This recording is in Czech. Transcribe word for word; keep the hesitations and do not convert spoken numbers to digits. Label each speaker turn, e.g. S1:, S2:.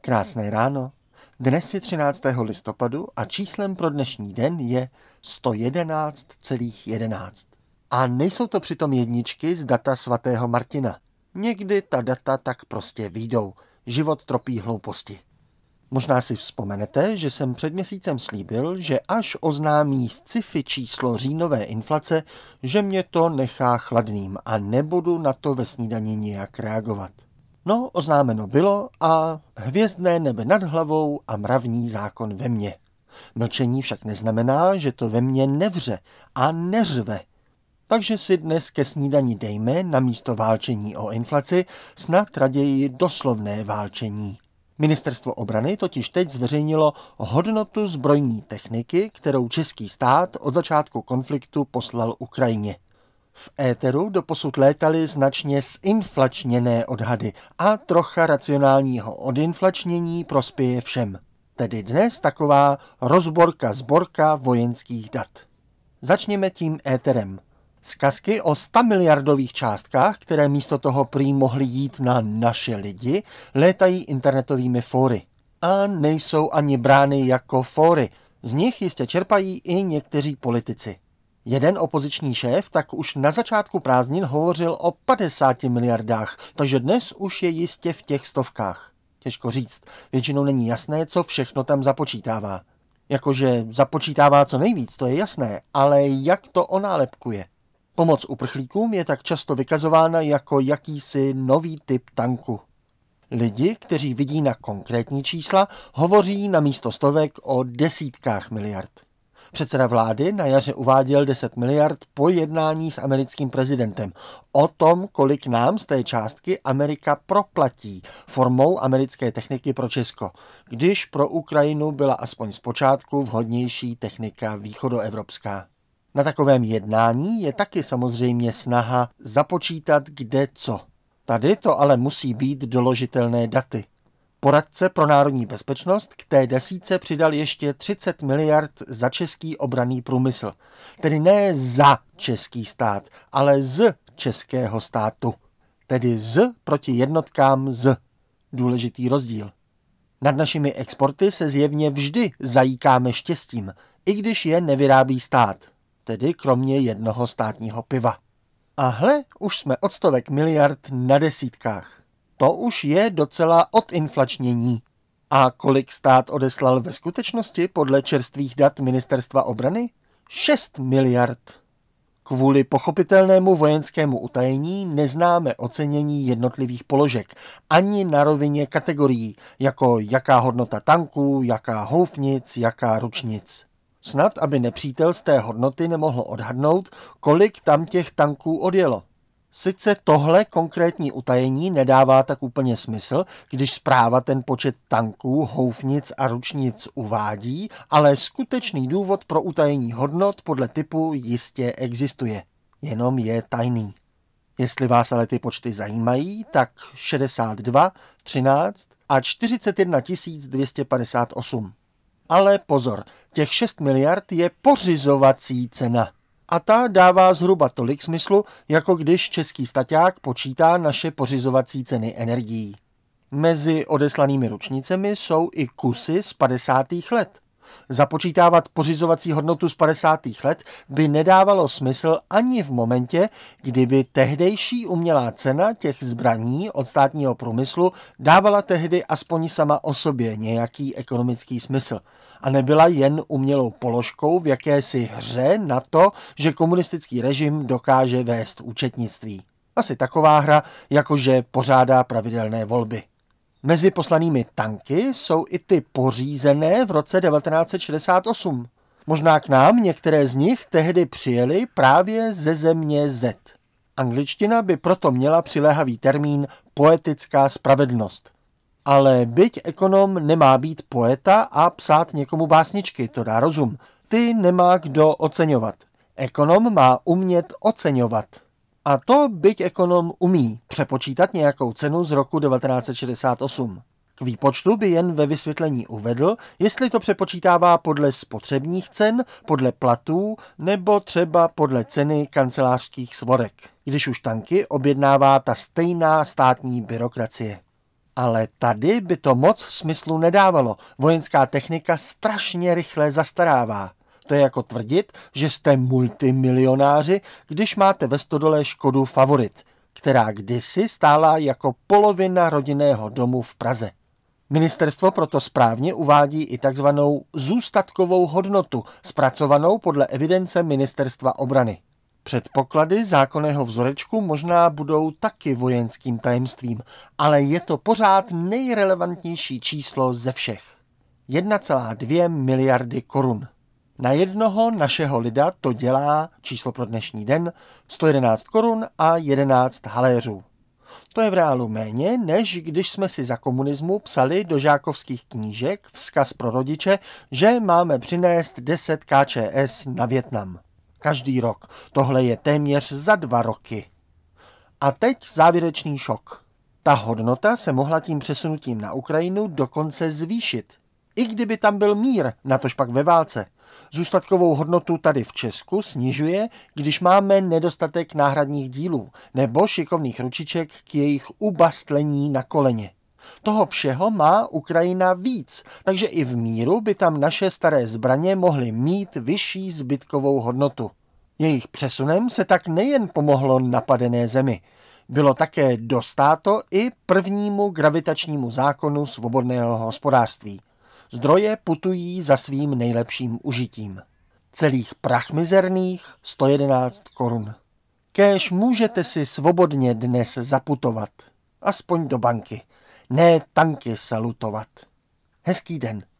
S1: Krásné ráno. Dnes je třináctého listopadu a číslem pro dnešní den je sto jedenáct celá jedenáct. A nejsou to přitom jedničky z data svatého Martina. Někdy ta data tak prostě vyjdou. Život tropí hlouposti. Možná si vzpomenete, že jsem před měsícem slíbil, že až oznámí sci-fi číslo říjnové inflace, že mě to nechá chladným a nebudu na to ve snídani nijak reagovat. No, oznámeno bylo a hvězdné nebe nad hlavou a mravní zákon ve mně. Mlčení však neznamená, že to ve mně nevře a neřve. Takže si dnes ke snídani dejme namísto válčení o inflaci snad raději doslovné válčení. Ministerstvo obrany totiž teď zveřejnilo hodnotu zbrojní techniky, kterou český stát od začátku konfliktu poslal Ukrajině. V éteru doposud létaly značně zinflačněné odhady a trocha racionálního odinflačnění prospěje všem. Tedy dnes taková rozborka zborka vojenských dat. Začněme tím éterem. Zkazky o stamiliardových částkách, které místo toho prý mohly jít na naše lidi, létají internetovými fóry. A nejsou ani brány jako fóry. Z nich jistě čerpají i někteří politici. Jeden opoziční šéf tak už na začátku prázdnin hovořil o padesáti miliardách, takže dnes už je jistě v těch stovkách. Těžko říct, většinou není jasné, co všechno tam započítává. Jakože započítává co nejvíc, to je jasné, ale jak to onálepkuje? Pomoc uprchlíkům je tak často vykazována jako jakýsi nový typ tanku. Lidi, kteří vidí na konkrétní čísla, hovoří na místo stovek o desítkách miliard. Předseda vlády na jaře uváděl deset miliard po jednání s americkým prezidentem o tom, kolik nám z té částky Amerika proplatí formou americké techniky pro Česko, když pro Ukrajinu byla aspoň zpočátku vhodnější technika východoevropská. Na takovém jednání je taky samozřejmě snaha započítat kde co. Tady to ale musí být doložitelné daty. Poradce pro národní bezpečnost k té desítce přidal ještě třicet miliard za český obranný průmysl. Tedy ne za český stát, ale z českého státu. Tedy z proti jednotkám z. Důležitý rozdíl. Nad našimi exporty se zjevně vždy zajíkáme štěstím, i když je nevyrábí stát. Tedy kromě jednoho státního piva. A hle, už jsme od stovek miliard na desítkách. To už je docela odinflačnění. A kolik stát odeslal ve skutečnosti podle čerstvých dat Ministerstva obrany? šest miliard. Kvůli pochopitelnému vojenskému utajení neznáme ocenění jednotlivých položek, ani na rovině kategorií, jako jaká hodnota tanků, jaká houfnic, jaká ručnic. Snad, aby nepřítel z té hodnoty nemohl odhadnout, kolik tam těch tanků odjelo. Sice tohle konkrétní utajení nedává tak úplně smysl, když zpráva ten počet tanků, houfnic a ručnic uvádí, ale skutečný důvod pro utajení hodnot podle typu jistě existuje. Jenom je tajný. Jestli vás ale ty počty zajímají, tak šedesát dva, třináct a čtyřicet jedna tisíc dvě stě padesát osm. Ale pozor, těch šest miliard je pořizovací cena. A ta dává zhruba tolik smyslu, jako když český staťák počítá naše pořizovací ceny energií. Mezi odeslanými ručnicemi jsou i kusy z padesátých let. Započítávat pořizovací hodnotu z padesátých let by nedávalo smysl ani v momentě, kdyby tehdejší umělá cena těch zbraní od státního průmyslu dávala tehdy aspoň sama o sobě nějaký ekonomický smysl a nebyla jen umělou položkou v jakési hře na to, že komunistický režim dokáže vést účetnictví. Asi taková hra, jakože pořádá pravidelné volby. Mezi poslanými tanky jsou i ty pořízené v roce devatenáct set šedesát osm. Možná k nám některé z nich tehdy přijeli právě ze země Z. Angličtina by proto měla přiléhavý termín poetická spravedlnost. Ale byť ekonom nemá být poeta a psát někomu básničky, to dá rozum. Ty nemá kdo oceňovat. Ekonom má umět oceňovat. A to byť ekonom umí přepočítat nějakou cenu z roku devatenáct set šedesát osm. K výpočtu by jen ve vysvětlení uvedl, jestli to přepočítává podle spotřebních cen, podle platů nebo třeba podle ceny kancelářských svorek, když už tanky objednává ta stejná státní byrokracie. Ale tady by to moc smyslu nedávalo. Vojenská technika strašně rychle zastarává. To je jako tvrdit, že jste multimilionáři, když máte ve stodole Škodu Favorit, která kdysi stála jako polovina rodinného domu v Praze. Ministerstvo proto správně uvádí i takzvanou zůstatkovou hodnotu, zpracovanou podle evidence Ministerstva obrany. Předpoklady zákonného vzorečku možná budou taky vojenským tajemstvím, ale je to pořád nejrelevantnější číslo ze všech. jedna celá dvě miliardy korun. Na jednoho našeho lida to dělá, číslo pro dnešní den, sto jedenáct korun a jedenáct haléřů. To je v reálu méně, než když jsme si za komunismu psali do žákovských knížek vzkaz pro rodiče, že máme přinést deset K Č S na Vietnam. Každý rok. Tohle je téměř za dva roky. A teď závěrečný šok. Ta hodnota se mohla tím přesunutím na Ukrajinu dokonce zvýšit. I kdyby tam byl mír, natož pak ve válce. Zůstatkovou hodnotu tady v Česku snižuje, když máme nedostatek náhradních dílů nebo šikovných ručiček k jejich ubastlení na koleně. Toho všeho má Ukrajina víc, takže i v míru by tam naše staré zbraně mohly mít vyšší zbytkovou hodnotu. Jejich přesunem se tak nejen pomohlo napadené zemi, bylo také dostáto i prvnímu gravitačnímu zákonu svobodného hospodářství. Zdroje putují za svým nejlepším užitím. Celých prachmizerných sto jedenáct korun. Kéž můžete si svobodně dnes zaputovat. Aspoň do banky. Ne tanky salutovat. Hezký den.